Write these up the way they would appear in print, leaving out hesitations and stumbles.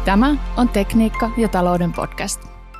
Tämä on Tekniikka ja talouden podcast.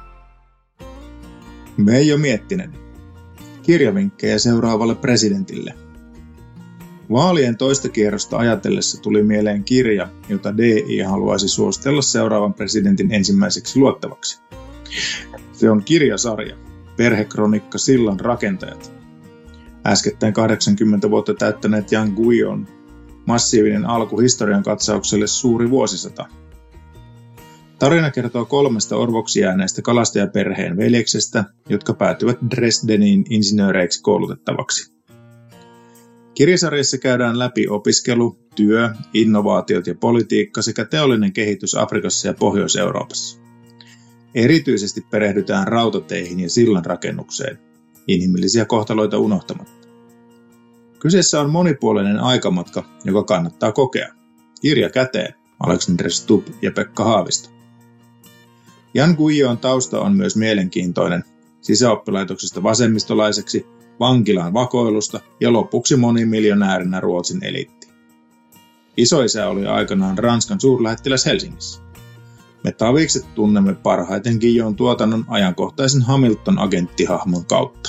Veijo Miettinen. Kirjavinkkejä seuraavalle presidentille. Vaalien toista kierrosta ajatellessa tuli mieleen kirja, jota DI haluaisi suositella seuraavan presidentin ensimmäiseksi luettavaksi. Se on kirjasarja, Perhekronikka Sillan rakentajat. Äskettäin 80 vuotta täyttäneet Jan Guillon massiivinen alku historian katsaukselle suuri vuosisata. Tarina kertoo 3 orvoksi jääneestä kalastajaperheen veljeksestä, jotka päätyvät Dresdeniin insinööreiksi koulutettavaksi. Kirjasarjassa käydään läpi opiskelu, työ, innovaatiot ja politiikka sekä teollinen kehitys Afrikassa ja Pohjois-Euroopassa. Erityisesti perehdytään rautateihin ja sillan rakennukseen, inhimillisiä kohtaloita unohtamatta. Kyseessä on monipuolinen aikamatka, joka kannattaa kokea. Kirja käteen, Alexander Stubb ja Pekka Haavisto. Jan Guillon tausta on myös mielenkiintoinen, sisäoppilaitoksesta vasemmistolaiseksi, vankilaan vakoilusta ja lopuksi monimiljonäärinä Ruotsin eliitti. Isoisä oli aikanaan Ranskan suurlähettiläs Helsingissä. Me tavikset tunnemme parhaiten Guillon tuotannon ajankohtaisen Hamilton-agenttihahmon kautta.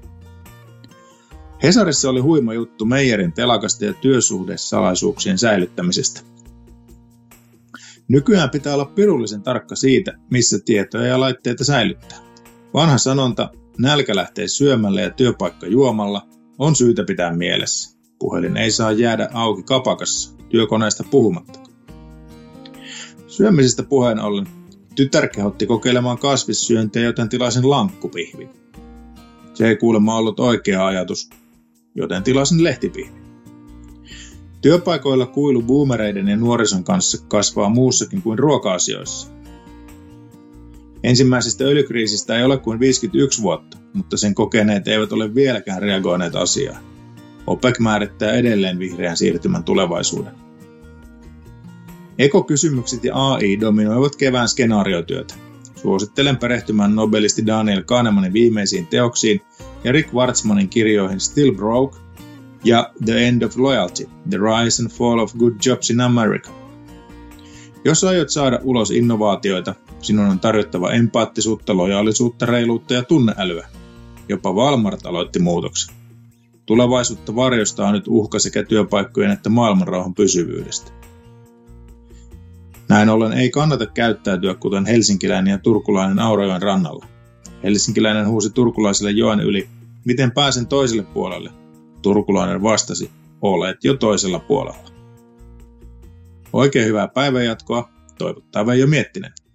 Hesarissa oli huima juttu Meijerin telakasta ja työsuhdesalaisuuksien säilyttämisestä. Nykyään pitää olla pirullisen tarkka siitä, missä tietoja ja laitteita säilyttää. Vanha sanonta, nälkä lähtee syömällä ja työpaikka juomalla, on syytä pitää mielessä. Puhelin ei saa jäädä auki kapakassa, työkoneesta puhumatta. Syömisestä puheen ollen, tytär kehotti kokeilemaan kasvissyöntiä, joten tilasin lankkupihvin. Se ei kuulemma ollut oikea ajatus, joten tilasin lehtipihvin. Työpaikoilla kuilu boomereiden ja nuorison kanssa kasvaa muussakin kuin ruoka-asioissa. Ensimmäisestä öljykriisistä ei ole kuin 51 vuotta, mutta sen kokeneet eivät ole vieläkään reagoineet asiaan. OPEC määrittää edelleen vihreän siirtymän tulevaisuuden. Ekokysymykset ja AI dominoivat kevään skenaariotyötä. Suosittelen perehtymään nobelisti Daniel Kahnemanin viimeisiin teoksiin ja Rick Wartzmanin kirjoihin Still Broke ja The End of Loyalty, The Rise and Fall of Good Jobs in America. Jos aiot saada ulos innovaatioita, sinun on tarjottava empaattisuutta, lojaalisuutta, reiluutta ja tunneälyä. Jopa Walmart aloitti muutoksen. Tulevaisuutta varjostaa nyt uhka sekä työpaikkojen että maailmanrauhan pysyvyydestä. Näin ollen ei kannata käyttäytyä kuten helsinkiläinen ja turkulainen Aurajoen rannalla. Helsinkiläinen huusi turkulaiselle joen yli, miten pääsen toiselle puolelle. Turkulainen vastasi, olet jo toisella puolella. Oikein hyvää päivänjatkoa, toivottaa Veijo Miettinen.